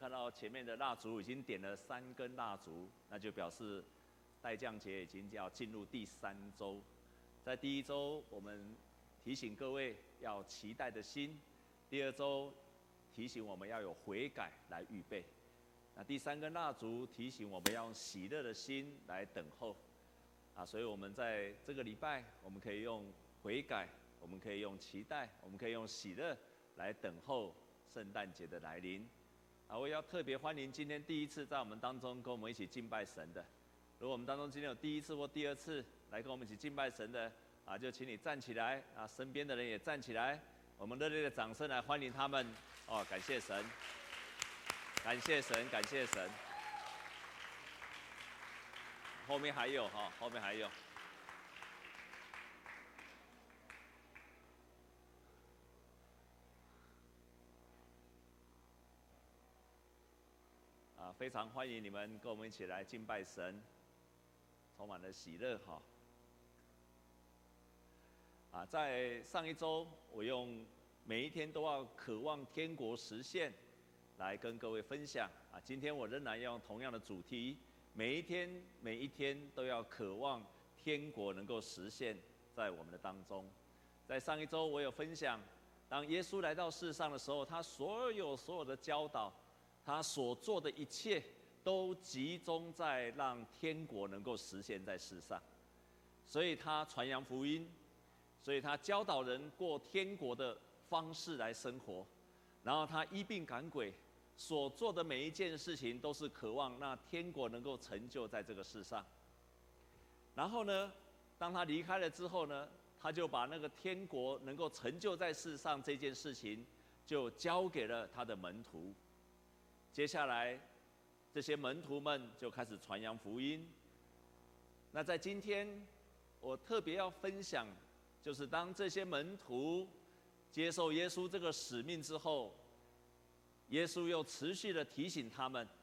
看到前面的蜡烛已经点了3根蜡烛，那就表示待降节已经要进入第3周。在第1周，我们提醒各位要期待的心；第2周提醒我们要有悔改来预备。那第3根蜡烛提醒我们要用喜乐的心来等候。所以我们在这个礼拜，我们可以用悔改，我们可以用期待，我们可以用喜乐来等候圣诞节的来临。我也要特别欢迎今天第一次在我们当中跟我们一起敬拜神的。如果我们当中今天有第1次或第2次来跟我们一起敬拜神的，就请你站起来，身边的人也站起来，我们热烈的掌声来欢迎他们。感谢神，感谢神，感谢神。后面还有后面还有。非常欢迎你们跟我们一起来敬拜神，充满了喜乐在上一周，我用每一天都要渴望天国实现来跟各位分享今天我仍然要用同样的主题，每一天都要渴望天国能够实现在我们的当中。在上一周我有分享，当耶稣来到世上的时候，他所有的教导，他所做的一切都集中在让天国能够实现在世上。所以他传扬福音，所以他教导人过天国的方式来生活，然后他医病赶鬼，所做的每一件事情都是渴望那天国能够成就在这个世上。然后呢，当他离开了之后呢，他就把那个天国能够成就在世上这件事情就交给了他的门徒。接下来这些门徒们就开始传扬福音。那在今天我特别要分享，就是当这些门徒接受耶稣这个使命之后，耶稣又持续的提醒他们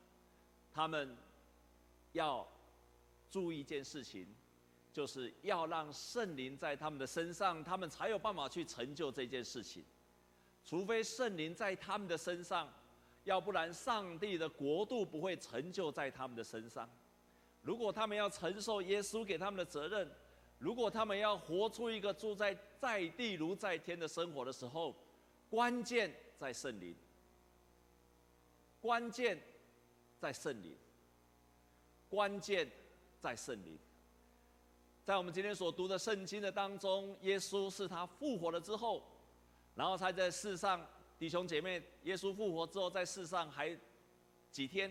要注意一件事情，就是要让圣灵在他们的身上，他们才有办法去成就这件事情。除非圣灵在他们的身上，要不然上帝的国度不会成就在他们的身上。如果他们要承受耶稣给他们的责任，如果他们要活出一个住在地如在天的生活的时候，关键在圣灵，关键在圣灵，关键在圣灵。在我们今天所读的圣经的当中，耶稣是他复活了之后，然后他在世上，弟兄姐妹，耶稣复活之后在世上还几天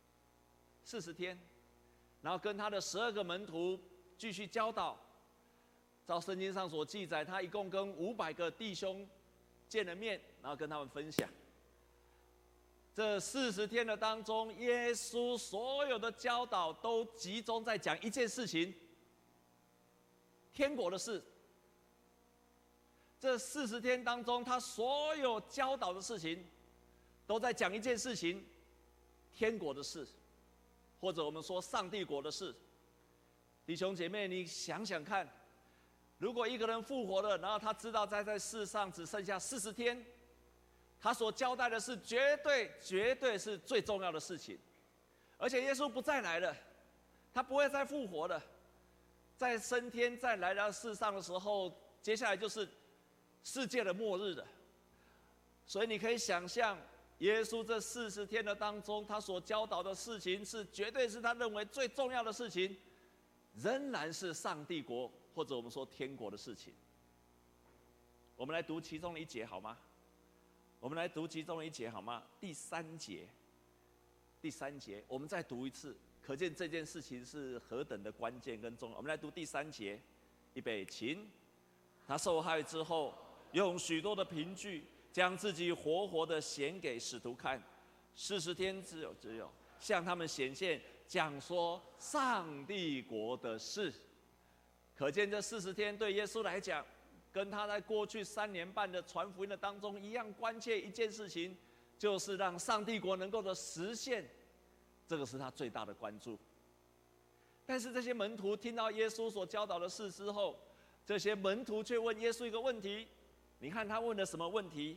？40天。然后跟他的12个门徒继续教导。照圣经上所记载，他一共跟500个弟兄见了面，然后跟他们分享。这40天的当中，耶稣所有的教导都集中在讲一件事情：天国的事。这40天当中，他所有教导的事情都在讲一件事情：天国的事，或者我们说上帝国的事。弟兄姐妹，你想想看，如果一个人复活了，然后他知道在世上只剩下40天，他所交代的是绝对是最重要的事情。而且耶稣不再来了，他不会再复活了，在升天再来到世上的时候，接下来就是世界的末日了。所以你可以想象，耶稣这40天的当中，他所教导的事情绝对是他认为最重要的事情，仍然是上帝国或者我们说天国的事情。我们来读其中的一节好吗？我们来读其中的一节好吗？第3节，我们再读一次，可见这件事情是何等的关键跟重要。我们来读第3节，预备，请。他受害之后，用许多的凭据将自己活活的显给使徒看，40天只有向他们显现，讲说上帝国的事。可见这40天对耶稣来讲，跟他在过去3年半的传福音的当中一样关切一件事情，就是让上帝国能够的实现，这个是他最大的关注。但是这些门徒听到耶稣所教导的事之后，这些门徒却问耶稣一个问题。你看他问了什么问题？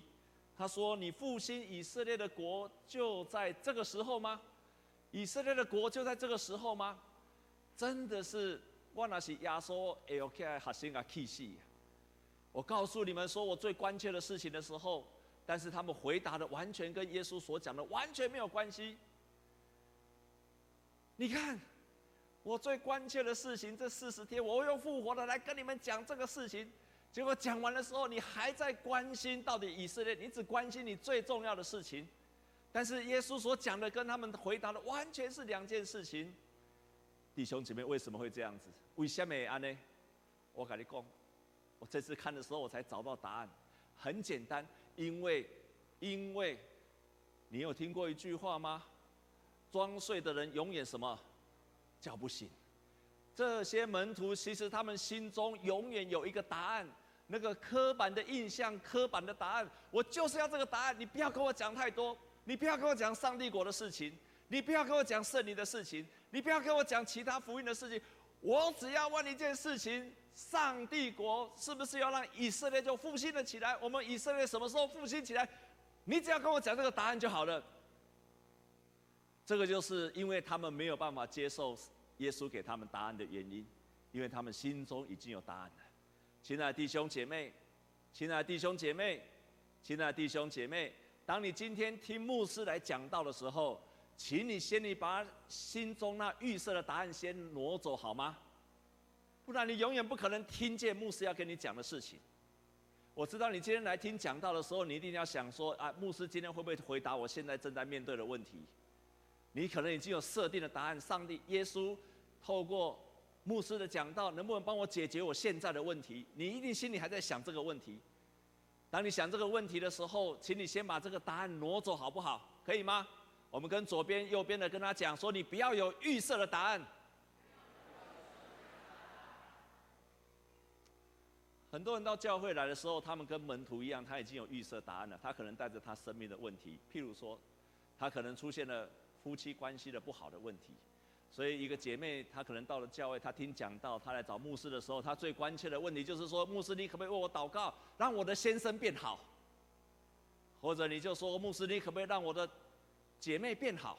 他说：“你复兴以色列的国就在这个时候吗？以色列的国就在这个时候吗？”真的是，我那是耶稣会有起来核心啊气死。我告诉你们说，我最关切的事情的时候，但是他们回答的完全跟耶稣所讲的完全没有关系。你看，我最关切的事情，这40天我又复活了来跟你们讲这个事情，结果讲完的时候，你还在关心到底以色列，你只关心你最重要的事情，但是耶稣所讲的跟他们回答的完全是两件事情。弟兄姐妹，为什么会这样子？为什么会这样呢？我跟你讲，我这次看的时候，我才找到答案。很简单，因为你有听过一句话吗？装睡的人永远什么叫不醒。这些门徒其实他们心中永远有一个答案，那个刻板的印象、刻板的答案，我就是要这个答案。你不要跟我讲太多，你不要跟我讲上帝国的事情，你不要跟我讲圣灵的事情，你不要跟我讲其他福音的事情。我只要问一件事情：上帝国是不是要让以色列就复兴了起来？我们以色列什么时候复兴起来？你只要跟我讲这个答案就好了。这个就是因为他们没有办法接受耶稣给他们答案的原因，因为他们心中已经有答案了。亲爱的弟兄姐妹，亲爱的弟兄姐妹，亲爱的弟兄姐妹，当你今天听牧师来讲道的时候，请你把心中那预设的答案先挪走好吗？不然你永远不可能听见牧师要跟你讲的事情。我知道你今天来听讲道的时候，你一定要想说啊，牧师今天会不会回答我现在正在面对的问题？你可能已经有设定的答案，上帝、耶稣透过牧师的讲道，能不能帮我解决我现在的问题？你一定心里还在想这个问题。当你想这个问题的时候，请你先把这个答案挪走，好不好？可以吗？我们跟左边、右边的跟他讲说，你不要有预设的答案。很多人到教会来的时候，他们跟门徒一样，他已经有预设答案了。他可能带着他生命的问题，譬如说，他可能出现了夫妻关系的不好的问题，所以一个姐妹她可能到了教会，她听讲道，她来找牧师的时候，她最关切的问题就是说，牧师你可不可以为我祷告，让我的先生变好？或者你就说，牧师你可不可以让我的姐妹变好？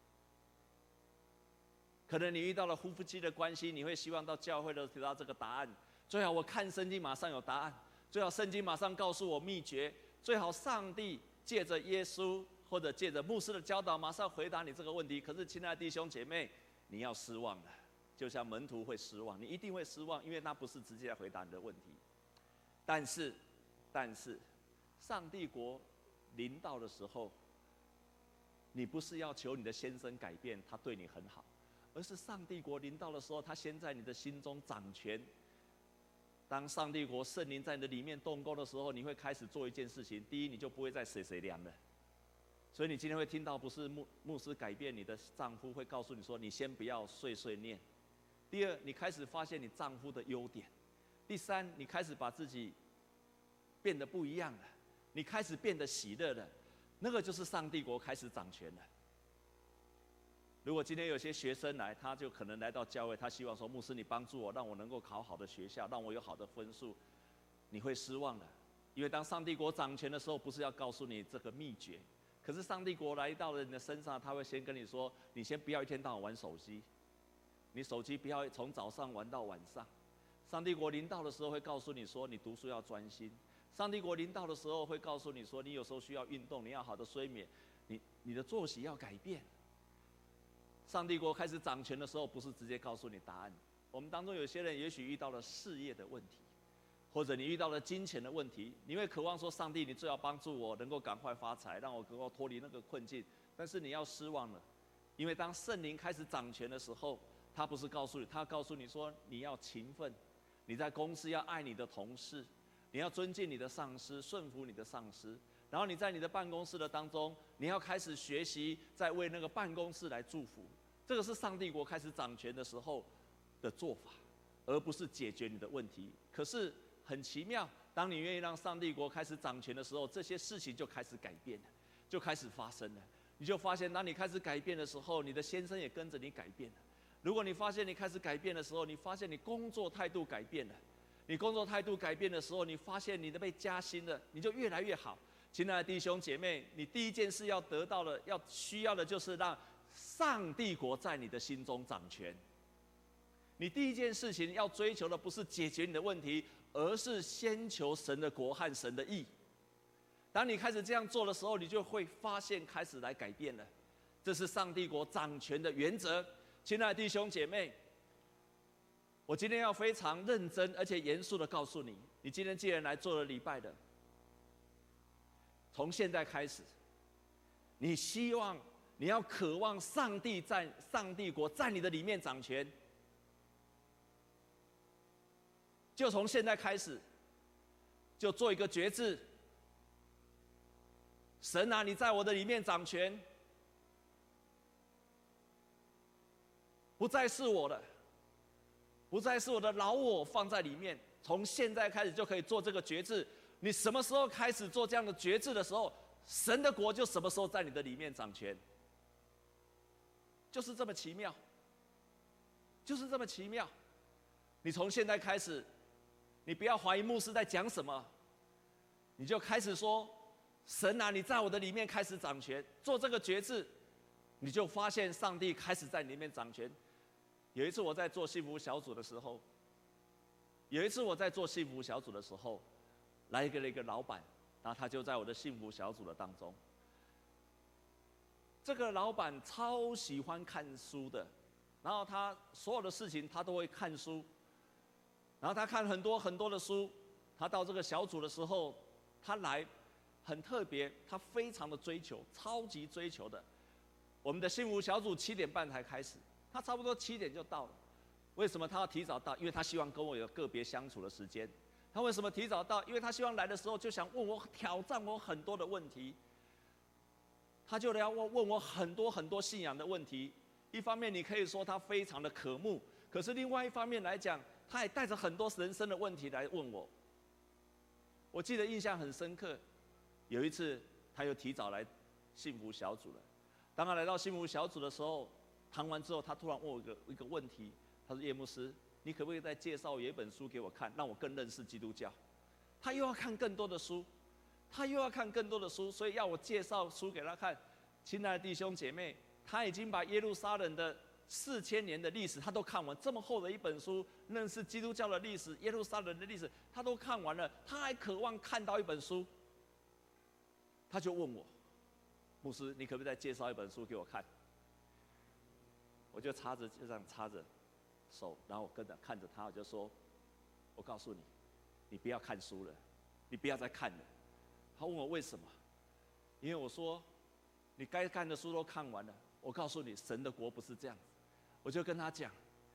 可能你遇到了夫妻的关系，你会希望到教会的得到这个答案。最好我看圣经马上有答案，最好圣经马上告诉我秘诀，最好上帝借着耶稣或者借着牧师的教导，马上回答你这个问题。可是，亲爱的弟兄姐妹，你要失望了，就像门徒会失望，你一定会失望，因为那不是直接来回答你的问题。但是，上帝国临到的时候，你不是要求你的先生改变，他对你很好，而是上帝国临到的时候，他先在你的心中掌权。当上帝国圣灵在你的里面动工的时候，你会开始做一件事情：第一，你就不会再谁凉了。所以你今天会听到，不是牧师改变你的丈夫，会告诉你说，你先不要碎念。第二，你开始发现你丈夫的优点。第三，你开始把自己变得不一样了，你开始变得喜乐了。那个就是上帝国开始掌权了。如果今天有些学生来，他就可能来到教会，他希望说，牧师你帮助我，让我能够考好的学校，让我有好的分数。你会失望的，因为当上帝国掌权的时候，不是要告诉你这个秘诀。可是上帝国来到了你的身上，他会先跟你说，你先不要一天到晚玩手机，你手机不要从早上玩到晚上。上帝国临到的时候会告诉你说，你读书要专心。上帝国临到的时候会告诉你说，你有时候需要运动，你要好的睡眠，你的作息要改变。上帝国开始掌权的时候，不是直接告诉你答案。我们当中有些人也许遇到了事业的问题，或者你遇到了金钱的问题，你会渴望说，上帝你最好帮助我能够赶快发财，让我能够脱离那个困境。但是你要失望了，因为当圣灵开始掌权的时候，他不是告诉你，他告诉你说，你要勤奋，你在公司要爱你的同事，你要尊敬你的上司，顺服你的上司。然后你在你的办公室的当中，你要开始学习，在为那个办公室来祝福。这个是上帝国开始掌权的时候的做法，而不是解决你的问题。可是很奇妙，当你愿意让上帝国开始掌权的时候，这些事情就开始改变了，就开始发生了。你就发现，当你开始改变的时候，你的先生也跟着你改变了。如果你发现你开始改变的时候，你发现你工作态度改变了。你工作态度改变的时候，你发现你的被加薪了，你就越来越好。 亲爱的弟兄姐妹，你第一件事要得到的、需要的，就是让上帝国在你的心中掌权。你第一件事情要追求的，不是解决你的问题，而是先求神的国和神的义。当你开始这样做的时候，你就会发现开始来改变了。这是上帝国掌权的原则。亲爱的弟兄姐妹，我今天要非常认真而且严肃的告诉你，你今天既然来做了礼拜的，从现在开始，你希望你要渴望上帝国在你的里面掌权，就从现在开始，就做一个决志。神啊，你在我的里面掌权，不再是我的，不再是我的老我放在里面。从现在开始就可以做这个决志。你什么时候开始做这样的决志的时候，神的国就什么时候在你的里面掌权。就是这么奇妙，就是这么奇妙。你从现在开始，你不要怀疑牧师在讲什么，你就开始说：神啊，你在我的里面开始掌权。做这个决志，你就发现上帝开始在你里面掌权。有一次我在做幸福小组的时候，来一个老板，然后他就在我的幸福小组的当中。这个老板超喜欢看书的，然后他所有的事情他都会看书，然后他看很多很多的书。他到这个小组的时候，他来很特别，他非常的追求，超级追求的。我们的幸福小组7点半才开始，他差不多7点就到了。为什么他要提早到？因为他希望跟我有个别相处的时间。他为什么提早到？因为他希望来的时候就想问我、挑战我很多的问题。他就要问我很多很多信仰的问题。一方面你可以说他非常的渴慕，可是另外一方面来讲，他也带着很多人生的问题来问我。我记得印象很深刻，有一次他又提早来幸福小组了。当他来到幸福小组的时候，谈完之后，他突然问我一个问题，他说：叶牧师，你可不可以再介绍有一本书给我看，让我更认识基督教？他又要看更多的书，所以要我介绍书给他看。亲爱的弟兄姐妹，他已经把耶路撒冷的4000年的历史他都看完，这么厚的一本书，认识基督教的历史、耶路撒冷的历史，他都看完了，他还渴望看到一本书。他就问我：牧师，你可不可以再介绍一本书给我看？我就这样插着手，然后我跟着看着他，我就说：我告诉你，你不要看书了，你不要再看了。他问我为什么？因为我说你该看的书都看完了。我告诉你，神的国不是这样子。我就跟他讲，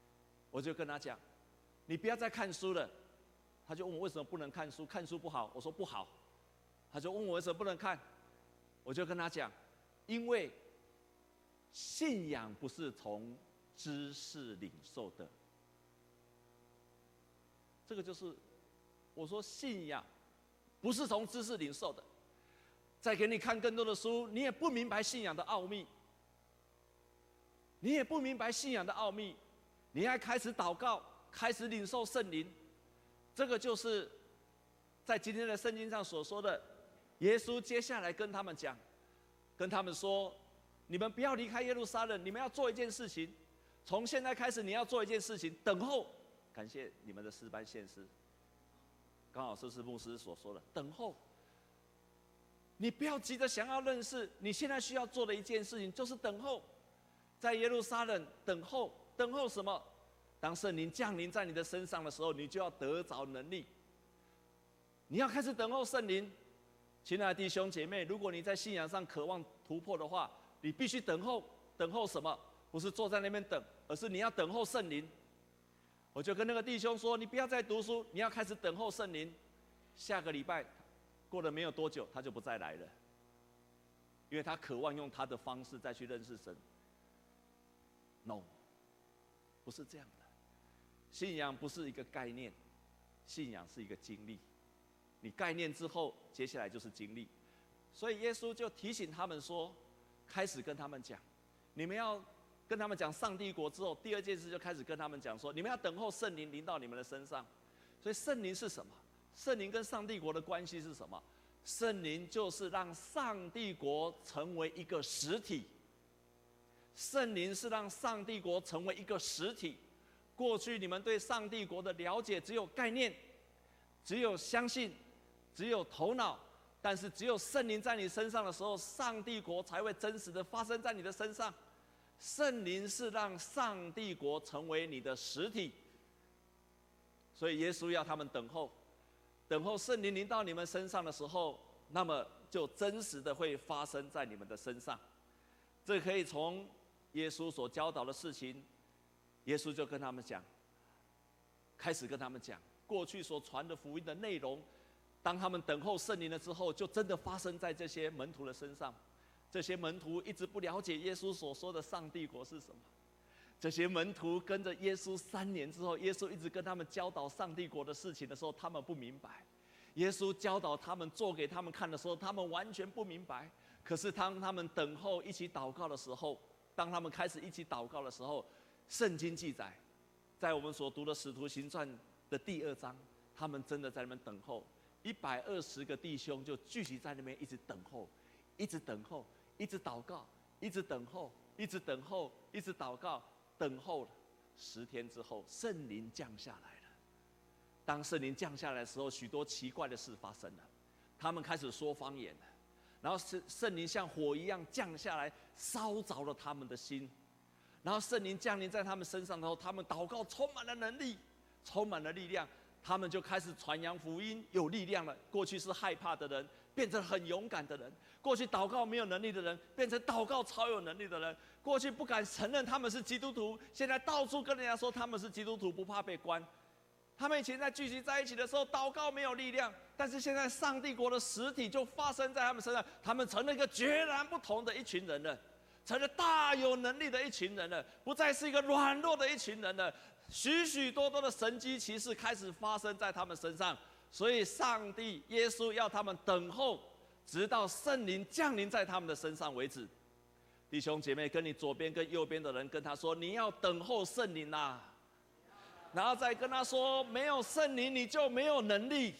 你不要再看书了。他就问我为什么不能看书？看书不好。我说不好。他就问我为什么不能看？我就跟他讲，因为信仰不是从知识领受的。这个就是我说信仰不是从知识领受的。再给你看更多的书，你也不明白信仰的奥秘。你还开始祷告，开始领受圣灵。这个就是在今天的圣经上所说的。耶稣接下来跟他们讲，跟他们说：你们不要离开耶路撒冷，你们要做一件事情。从现在开始，你要做一件事情，等候。感谢你们的诗班献诗，刚好这是牧师所说的等候。你不要急着想要认识，你现在需要做的一件事情就是等候。在耶路撒冷等候，等候什么？当圣灵降临在你的身上的时候，你就要得着能力。你要开始等候圣灵。亲爱的弟兄姐妹，如果你在信仰上渴望突破的话，你必须等候。等候什么？不是坐在那边等，而是你要等候圣灵。我就跟那个弟兄说：你不要再读书，你要开始等候圣灵。下个礼拜过了没有多久，他就不再来了，因为他渴望用他的方式再去认识神。No， 不是这样的。信仰不是一个概念，信仰是一个经历。你概念之后，接下来就是经历。所以耶稣就提醒他们说，开始跟他们讲，你们要跟他们讲上帝国之后，第二件事就开始跟他们讲说，你们要等候圣灵临到你们的身上。所以圣灵是什么？圣灵跟上帝国的关系是什么？ 圣灵就是让上帝国成为一个实体。圣灵是让上帝国成为一个实体。过去你们对上帝国的了解只有概念，只有相信，只有头脑，但是只有圣灵在你身上的时候，上帝国才会真实的发生在你的身上。圣灵是让上帝国成为你的实体，所以耶稣要他们等候，等候圣灵临到你们身上的时候，那么就真实的会发生在你们的身上。这可以从耶稣所教导的事情，耶稣就跟他们讲，开始跟他们讲过去所传的福音的内容。当他们等候圣灵了之后，就真的发生在这些门徒的身上。这些门徒一直不了解耶稣所说的上帝国是什么。这些门徒跟着耶稣3年之后，耶稣一直跟他们教导上帝国的事情的时候，他们不明白。耶稣教导他们，做给他们看的时候，他们完全不明白。可是当他们等候一起祷告的时候，当他们开始一起祷告的时候，圣经记载，在我们所读的使徒行传的第2章，他们真的在那边等候，120个弟兄就聚集在那边，一直等候，一直等候，一直祷告，一直等候，一直等候，一直祷告，等候了10天之后，圣灵降下来了。当圣灵降下来的时候，许多奇怪的事发生了，他们开始说方言了，然后圣灵像火一样降下来，烧着了他们的心。然后圣灵降临在他们身上之后，他们祷告充满了能力，充满了力量，他们就开始传扬福音，有力量了。过去是害怕的人，变成很勇敢的人；过去祷告没有能力的人，变成祷告超有能力的人；过去不敢承认他们是基督徒，现在到处跟人家说他们是基督徒，不怕被关。他们以前在聚集在一起的时候，祷告没有力量，但是现在上帝国的实体就发生在他们身上，他们成了一个截然不同的一群人了，成了大有能力的一群人了，不再是一个软弱的一群人了。许许多多的神迹奇事开始发生在他们身上，所以上帝耶稣要他们等候，直到圣灵降临在他们的身上为止。弟兄姐妹，跟你左边跟右边的人跟他说，你要等候圣灵啊。然后再跟他说，没有圣灵你就没有能力，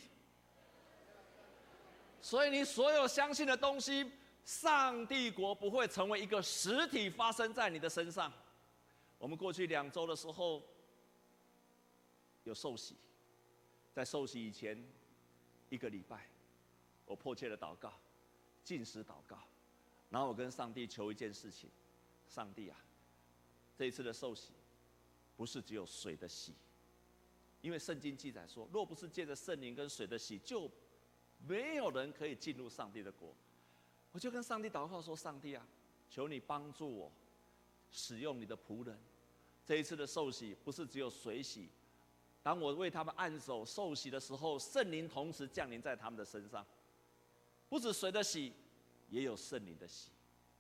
所以你所有相信的东西，上帝国不会成为一个实体发生在你的身上。我们过去2周的时候有受洗，在受洗以前1个礼拜，我迫切的祷告，禁食祷告，然后我跟上帝求一件事情：上帝啊，这一次的受洗不是只有水的洗，因为圣经记载说，若不是借着圣灵跟水的洗，就没有人可以进入上帝的国。我就跟上帝祷告说，上帝啊，求你帮助我使用你的仆人。这一次的受洗不是只有水洗，当我为他们按手受洗的时候，圣灵同时降临在他们的身上，不止水的洗，也有圣灵的洗。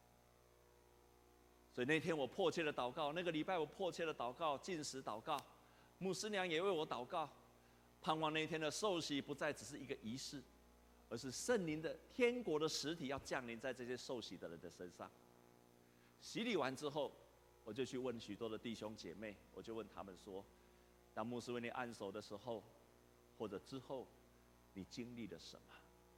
所以那天我迫切的祷告，那个礼拜我迫切的祷告，禁食祷告，牧师娘也为我祷告，盼望那天的受洗不再只是一个仪式，而是圣灵的天国的实体要降临在这些受洗的人的身上。洗礼完之后，我就去问许多的弟兄姐妹，我就问他们说，当牧师为你按手的时候，或者之后，你经历了什么？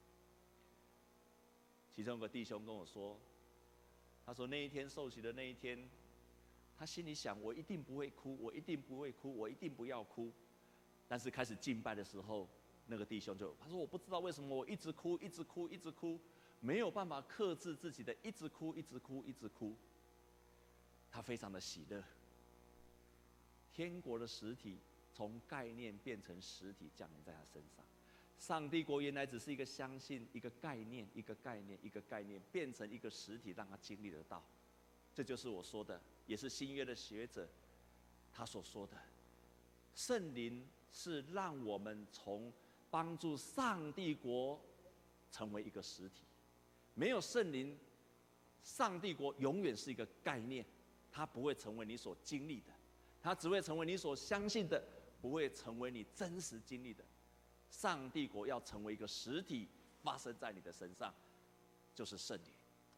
其中有个弟兄跟我说，他说那一天受洗的那一天，他心里想，我一定不会哭，我一定不会哭，我一定不要哭。但是开始敬拜的时候，那个弟兄他说，我不知道为什么我一直哭，一直哭，一直哭，没有办法克制自己的一直哭，一直哭，一直哭。他非常的喜乐，天国的实体从概念变成实体降临在他身上。上帝国原来只是一个相信，一个概念，一个概念，一个概念，变成一个实体，让他经历得到。这就是我说的，也是新约的学者他所说的，圣灵是让我们从帮助上帝国成为一个实体。没有圣灵，上帝国永远是一个概念，它不会成为你所经历的，它只会成为你所相信的，不会成为你真实经历的。上帝国要成为一个实体，发生在你的身上，就是圣灵。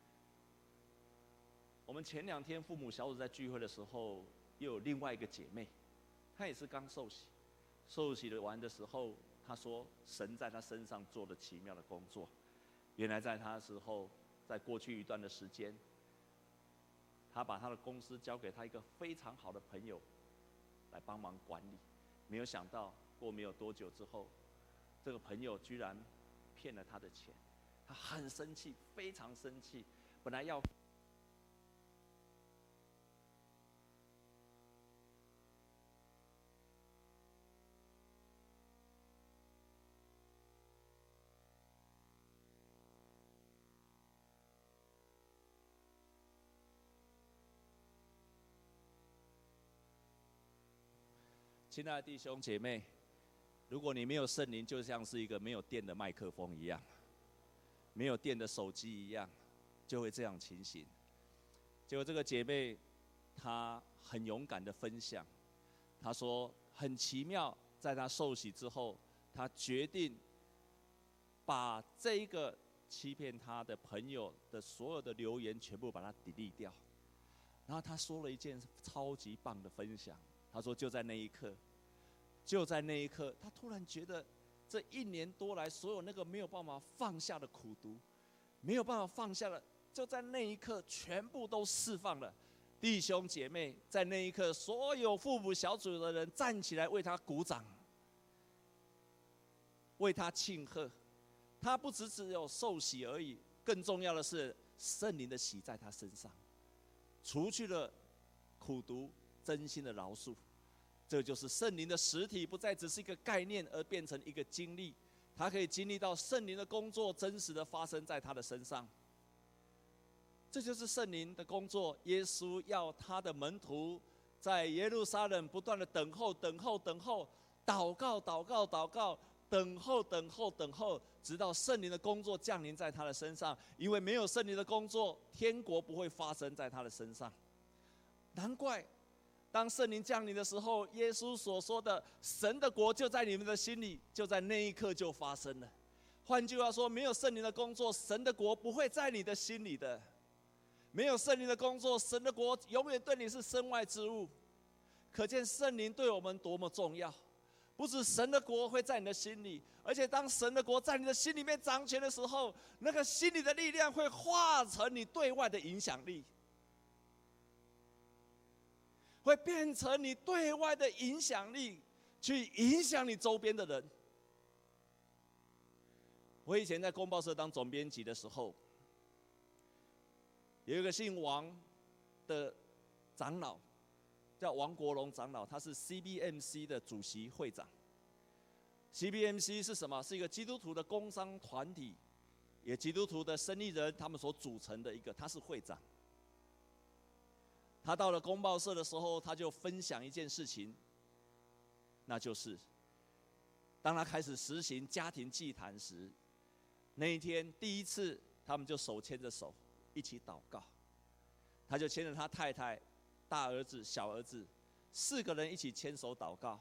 我们前2天父母小组在聚会的时候，又有另外一个姐妹，她也是刚受洗，受洗完的时候，她说神在她身上做了奇妙的工作。 原来在他的时候，在过去一段的时间，他把他的公司交给他一个非常好的朋友来帮忙管理，没有想到过没有多久之后，这个朋友居然骗了他的钱，他很生气，非常生气，本来要亲爱的弟兄姐妹，如果你没有圣灵，就像是一个没有电的麦克风一样，没有电的手机一样，就会这样情形。结果这个姐妹，她很勇敢的分享，她说很奇妙，在她受洗之后，她决定把这一个欺骗她的朋友的所有的留言全部把它 delete 掉。然后她说了一件超级棒的分享，她说就在那一刻，她突然觉得这1年多来所有那个没有办法放下的苦毒，没有办法放下的，就在那一刻全部都释放了。弟兄姐妹，在那一刻，所有父母小组的人站起来为他鼓掌，为他庆贺。他不只有受洗而已，更重要的是圣灵的喜在他身上，除去了苦毒，真心的饶恕。这就是圣灵的实体，不再只是一个概念，而变成一个经历。他可以经历到圣灵的工作真实的发生在他的身上。这就是圣灵的工作。耶稣要他的门徒在耶路撒冷不断的等候，祷告，等候，直到圣灵的工作降临在他的身上。因为没有圣灵的工作，天国不会发生在他的身上。难怪当圣灵降临的时候，耶稣所说的神的国就在你们的心里，就在那一刻就发生了。换句话说，没有圣灵的工作，神的国不会在你的心里的。没有圣灵的工作，神的国永远对你是身外之物。可见圣灵对我们多么重要。不止神的国会在你的心里，而且当神的国在你的心里面掌权的时候，那个心里的力量会化成你对外的影响力，会变成你对外的影响力，去影响你周边的人。我以前在公报社当总编辑的时候，有一个姓王的长老，叫王国龙长老，他是 CBMC 的主席会长。CBMC 是什么？是一个基督徒的工商团体，也基督徒的生意人他们所组成的一个，他是会长。他到了公报社的时候，他就分享一件事情，那就是当他开始实行家庭祭坛时，那一天第一次，他们就手牵着手一起祷告。他就牵着他太太、大儿子、小儿子4个人一起牵手祷告。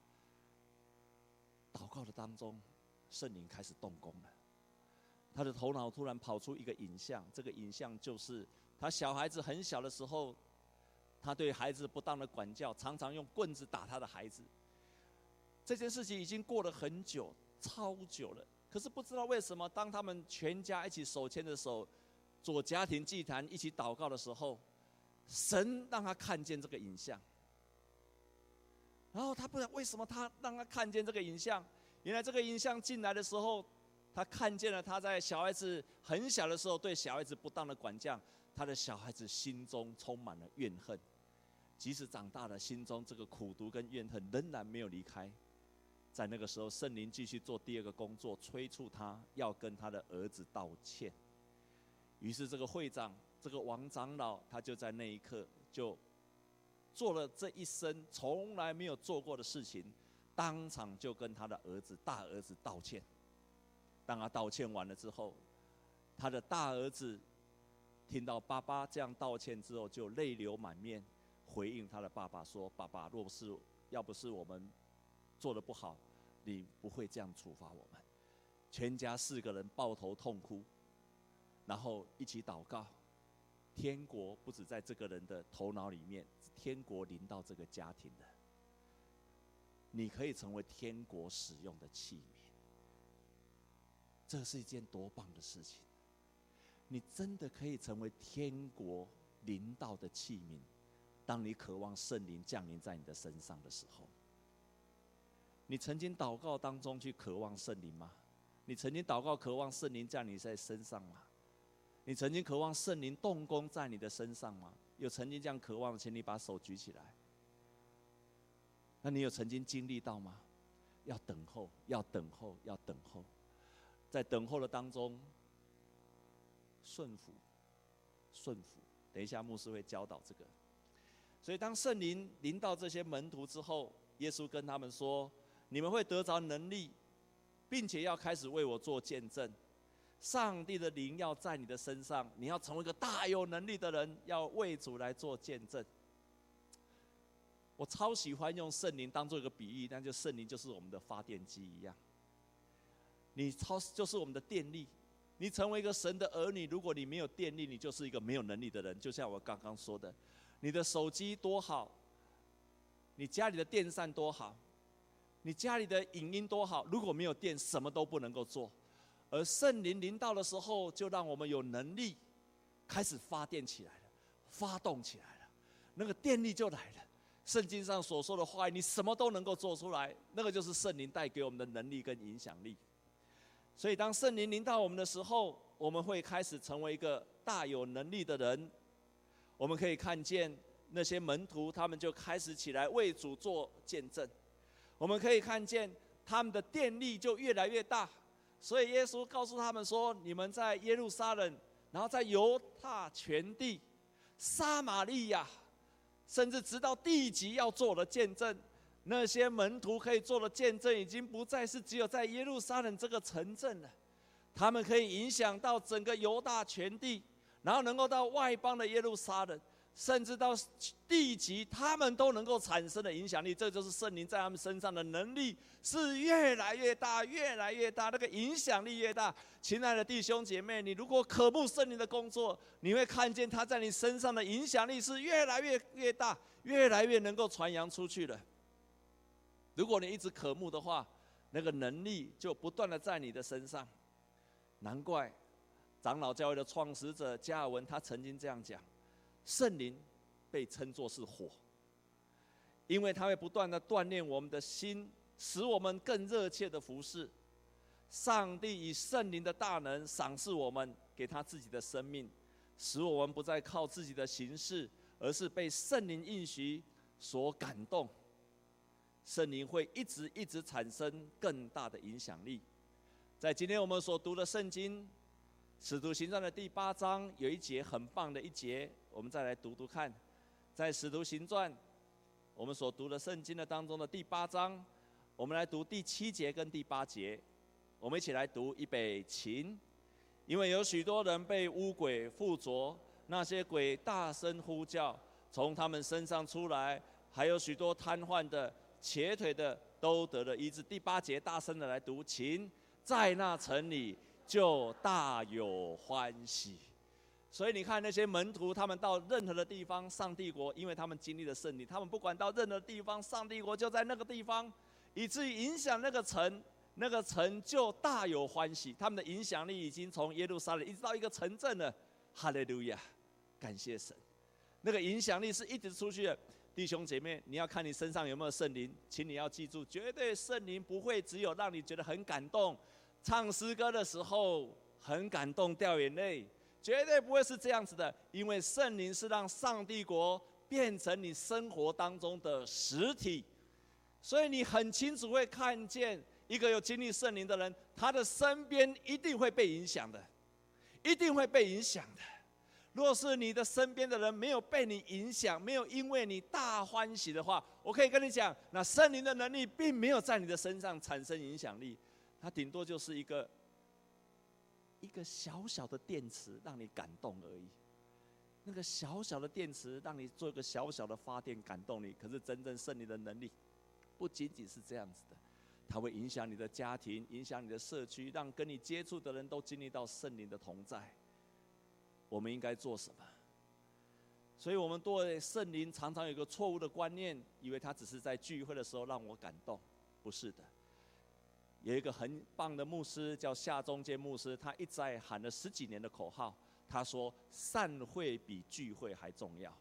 祷告的当中，圣灵开始动工了。他的头脑突然跑出一个影像，这个影像就是他小孩子很小的时候，他对孩子不当的管教，常常用棍子打他的孩子。这件事情已经过了很久，超久了。可是不知道为什么，当他们全家一起手牵着手做家庭祭坛，一起祷告的时候，神让他看见这个影像。然后他不知道为什么他让他看见这个影像，原来这个影像进来的时候，他看见了他在小孩子很小的时候对小孩子不当的管教，他的小孩子心中充满了怨恨，即使长大了，心中这个苦毒跟怨恨仍然没有离开。在那个时候，圣灵继续做第2个工作，催促他要跟他的儿子道歉。于是这个会长，这个王长老，他就在那一刻就做了这一生从来没有做过的事情，当场就跟他的大儿子道歉。当他道歉完了之后，他的大儿子听到爸爸这样道歉之后，就泪流满面，回应他的爸爸说：“爸爸，要不是我们做得不好，你不会这样处罚我们。”全家4个人抱头痛哭，然后一起祷告。天国不止在这个人的头脑里面，天国临到这个家庭的。你可以成为天国使用的器皿，这是一件多棒的事情！ 你真的可以成为天国临到的器皿。当你渴望圣灵降临在你的身上的时候，你曾经祷告当中去渴望圣灵吗？你曾经祷告渴望圣灵降临在身上吗？你曾经渴望圣灵动工在你的身上吗？有曾经这样渴望的，请你把手举起来。那你有曾经经历到吗？要等候，要等候，要等候，在等候的当中，顺服，顺服。等一下牧师会教导这个。所以当圣灵临到这些门徒之后，耶稣跟他们说：你们会得着能力，并且要开始为我做见证。上帝的灵要在你的身上，你要成为一个大有能力的人，要为主来做见证。我超喜欢用圣灵当做一个比喻，那就圣灵就是我们的发电机一样，就是我们的电力。你成为一个神的儿女，如果你没有电力，你就是一个没有能力的人。就像我刚刚说的，你的手机多好，你家里的电扇多好，你家里的影音多好，如果没有电，什么都不能够做。而圣灵临到的时候，就让我们有能力开始发电起来了，发动起来了，那个电力就来了。圣经上所说的话语，你什么都能够做出来，那个就是圣灵带给我们的能力跟影响力。所以当圣灵临到我们的时候，我们会开始成为一个大有能力的人。我们可以看见那些门徒，他们就开始起来为主做见证。我们可以看见他们的电力就越来越大。所以耶稣告诉他们说：你们在耶路撒冷，然后在犹大全地、撒玛利亚，甚至直到地极要做的见证。那些门徒可以做的见证，已经不再是只有在耶路撒冷这个城镇了，他们可以影响到整个犹大全地，然后能够到外邦的耶路撒冷，甚至到地极，他们都能够产生的影响力。这就是圣灵在他们身上的能力，是越来越大，越来越大，那个影响力越大。亲爱的弟兄姐妹，你如果渴慕圣灵的工作，你会看见他在你身上的影响力是越来越大，越来越能够传扬出去了。如果你一直渴慕的话，那个能力就不断的在你的身上。难怪长老教会的创始者加尔文他曾经这样讲：圣灵被称作是火，因为它会不断的锻炼我们的心，使我们更热切的服侍。上帝以圣灵的大能赏赐我们，给他自己的生命，使我们不再靠自己的行事，而是被圣灵应许所感动。圣灵会一直产生更大的影响力。在今天我们所读的圣经《使徒行传》的第8章，有一节很棒的一节，我们再来读读看。在《使徒行传》我们所读的圣经的当中的第8章，我们来读第7节跟第8节。我们一起来读，预备起。因为有许多人被污鬼附着，那些鬼大声呼叫，从他们身上出来，还有许多瘫痪的、瘸腿的都得了医治。第8节大声的来读，请在那城里就大有欢喜。所以你看那些门徒，他们到任何的地方，上帝国，因为他们经历了圣灵，他们不管到任何地方，上帝国就在那个地方，以至于影响那个城，那个城就大有欢喜。他们的影响力已经从耶路撒冷一直到一个城镇了。哈利路亚，感谢神，那个影响力是一直出去的。弟兄姐妹，你要看你身上有没有圣灵，请你要记住，绝对圣灵不会只有让你觉得很感动，唱诗歌的时候很感动掉眼泪，绝对不会是这样子的。因为圣灵是让上帝国变成你生活当中的实体，所以你很清楚会看见一个有经历圣灵的人，他的身边一定会被影响的，一定会被影响的。若是你的身边的人没有被你影响，没有因为你大欢喜的话，我可以跟你讲，那圣灵的能力并没有在你的身上产生影响力，它顶多就是一个小小的电池让你感动而已。那个小小的电池让你做一个小小的发电感动你，可是真正圣灵的能力不仅仅是这样子的，它会影响你的家庭，影响你的社区，让跟你接触的人都经历到圣灵的同在。我们应该做什么？所以我们对圣灵常常有一个错误的观念，以为他只是在聚会的时候让我感动，不是的。有一个很棒的牧师叫夏中坚牧师，他一再喊了10几年的口号， 他说散会比聚会还重要，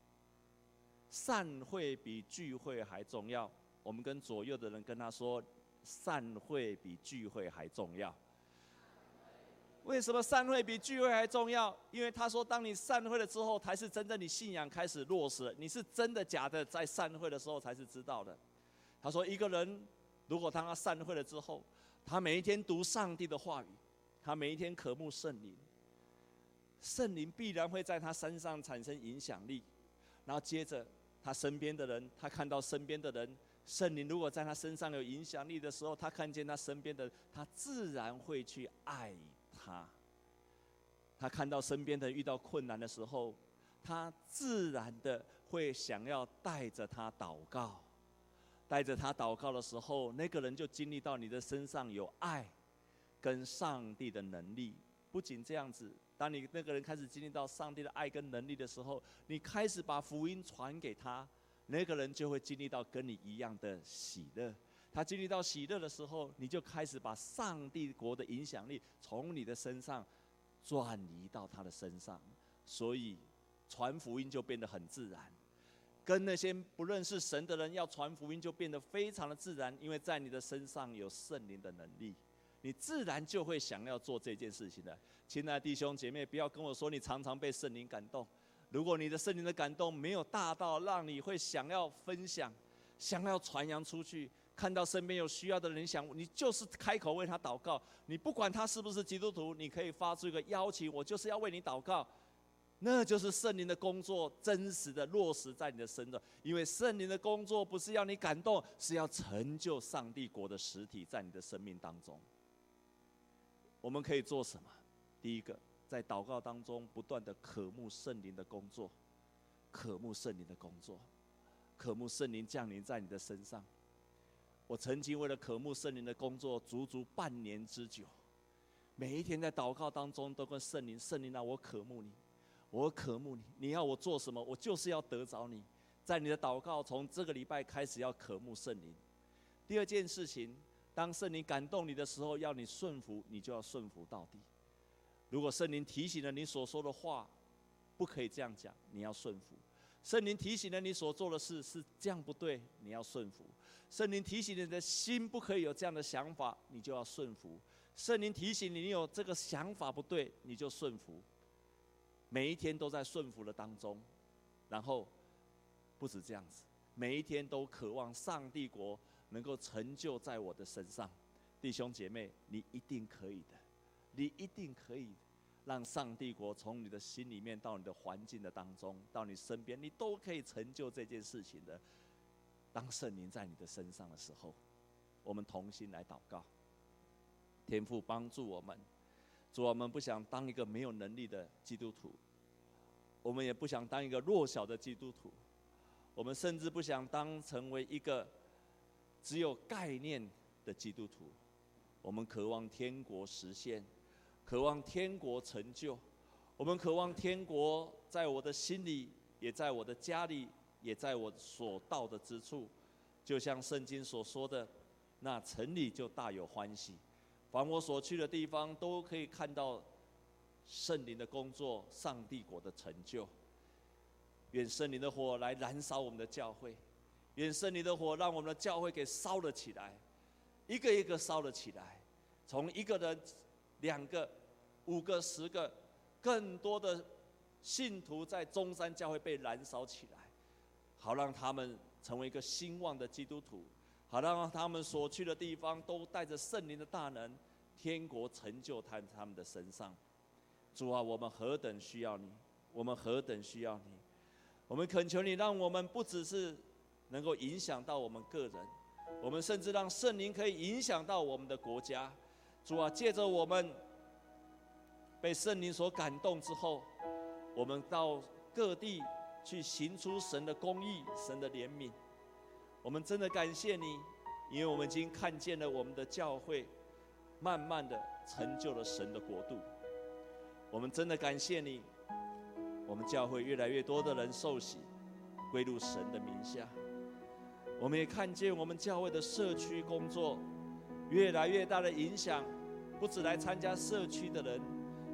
散会比聚会还重要。我们跟左右的人跟他说，散会比聚会还重要。为什么散会比聚会还重要？因为他说，当你散会了之后，才是真正你信仰开始落实。你是真的假的，在散会的时候才是知道的。他说，一个人如果当他散会了之后，他每一天读上帝的话语，他每一天渴慕圣灵，圣灵必然会在他身上产生影响力。然后接着他身边的人，他看到身边的人，圣灵如果在他身上有影响力的时候，他看见他身边的人，他自然会去爱他。他看到身边的人遇到困难的时候，他自然的会想要带着他祷告。带着他祷告的时候，那个人就经历到你的身上有爱跟上帝的能力。不仅这样子，当你那个人开始经历到上帝的爱跟能力的时候，你开始把福音传给他，那个人就会经历到跟你一样的喜乐。他经历到喜乐的时候，你就开始把上帝国的影响力从你的身上转移到他的身上，所以传福音就变得很自然。跟那些不认识神的人要传福音就变得非常的自然，因为在你的身上有圣灵的能力，你自然就会想要做这件事情的。亲爱的弟兄姐妹，不要跟我说你常常被圣灵感动。如果你的圣灵的感动没有大到让你会想要分享、想要传扬出去，看到身边有需要的人，你就是开口为他祷告。你不管他是不是基督徒，你可以发出一个邀请，我就是要为你祷告。那就是圣灵的工作真实的落实在你的身上，因为圣灵的工作不是要你感动，是要成就上帝国的实体在你的生命当中。我们可以做什么？第一个，在祷告当中不断的渴慕圣灵的工作，渴慕圣灵的工作，渴慕圣灵降临在你的身上。我曾经为了渴慕圣灵的工作，足足半年之久，每一天在祷告当中都跟圣灵啊，我渴慕你。我渴慕你，你要我做什么，我就是要得着你。在你的祷告，从这个礼拜开始要渴慕圣灵。第二件事情，当圣灵感动你的时候，要你顺服，你就要顺服到底。如果圣灵提醒了你所说的话，不可以这样讲，你要顺服。圣灵提醒了你所做的事是这样不对，你要顺服。圣灵提醒你的心不可以有这样的想法，你就要顺服。圣灵提醒你有这个想法不对，你就顺服。每一天都在顺服的当中，然后不止这样子，每一天都渴望上帝国能够成就在我的身上。弟兄姐妹，你一定可以的，你一定可以让上帝国从你的心里面到你的环境的当中，到你身边，你都可以成就这件事情的。当圣灵在你的身上的时候，我们同心来祷告。天父帮助我们，主，我们不想当一个没有能力的基督徒，我们也不想当一个弱小的基督徒，我们甚至不想成为一个只有概念的基督徒。我们渴望天国实现，渴望天国成就，我们渴望天国在我的心里，也在我的家里，也在我所到的之处。就像圣经所说的，那城里就大有欢喜，凡我所去的地方都可以看到圣灵的工作，上帝国的成就。愿圣灵的火来燃烧我们的教会，愿圣灵的火让我们的教会给烧了起来，一个一个烧了起来，从一个人、2个、5个、10个，更多的信徒在中山教会被燃烧起来，好让他们成为一个兴旺的基督徒，好让他们所去的地方都带着圣灵的大能，天国成就在他们的身上。主啊，我们何等需要你，我们何等需要你。我们恳求你，让我们不只是能够影响到我们个人，我们甚至让圣灵可以影响到我们的国家。主啊，借着我们被圣灵所感动之后，我们到各地去行出神的公义、神的怜悯。我们真的感谢你，因为我们已经看见了我们的教会慢慢的成就了神的国度。我们真的感谢你，我们教会越来越多的人受洗归入神的名下。我们也看见我们教会的社区工作越来越大的影响，不只来参加社区的人，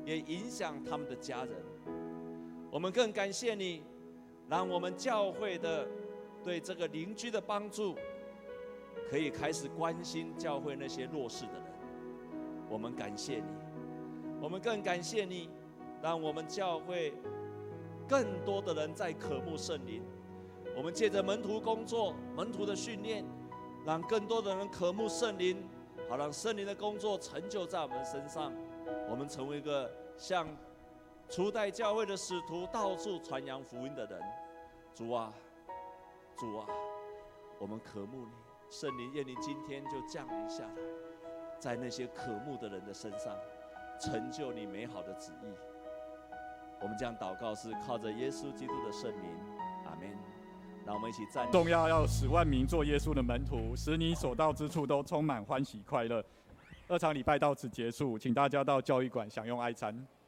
也影响他们的家人。我们更感谢你，让我们教会的对这个邻居的帮助，可以开始关心教会那些弱势的人。我们感谢你，我们更感谢你，让我们教会更多的人在渴慕圣灵。我们借着门徒工作、门徒的训练，让更多的人渴慕圣灵，好让圣灵的工作成就在我们身上。我们成为一个像初代教会的使徒，到处传扬福音的人。主啊，主啊，我们渴慕你，圣灵愿你今天就降临下来，在那些渴慕的人的身上，成就你美好的旨意。我们这样祷告是靠着耶稣基督的圣名，阿们。让我们一起站立。 重要10万名做耶稣的门徒，使你所到之处都充满欢喜快乐。2场礼拜到此结束，请大家到教育馆享用爱餐。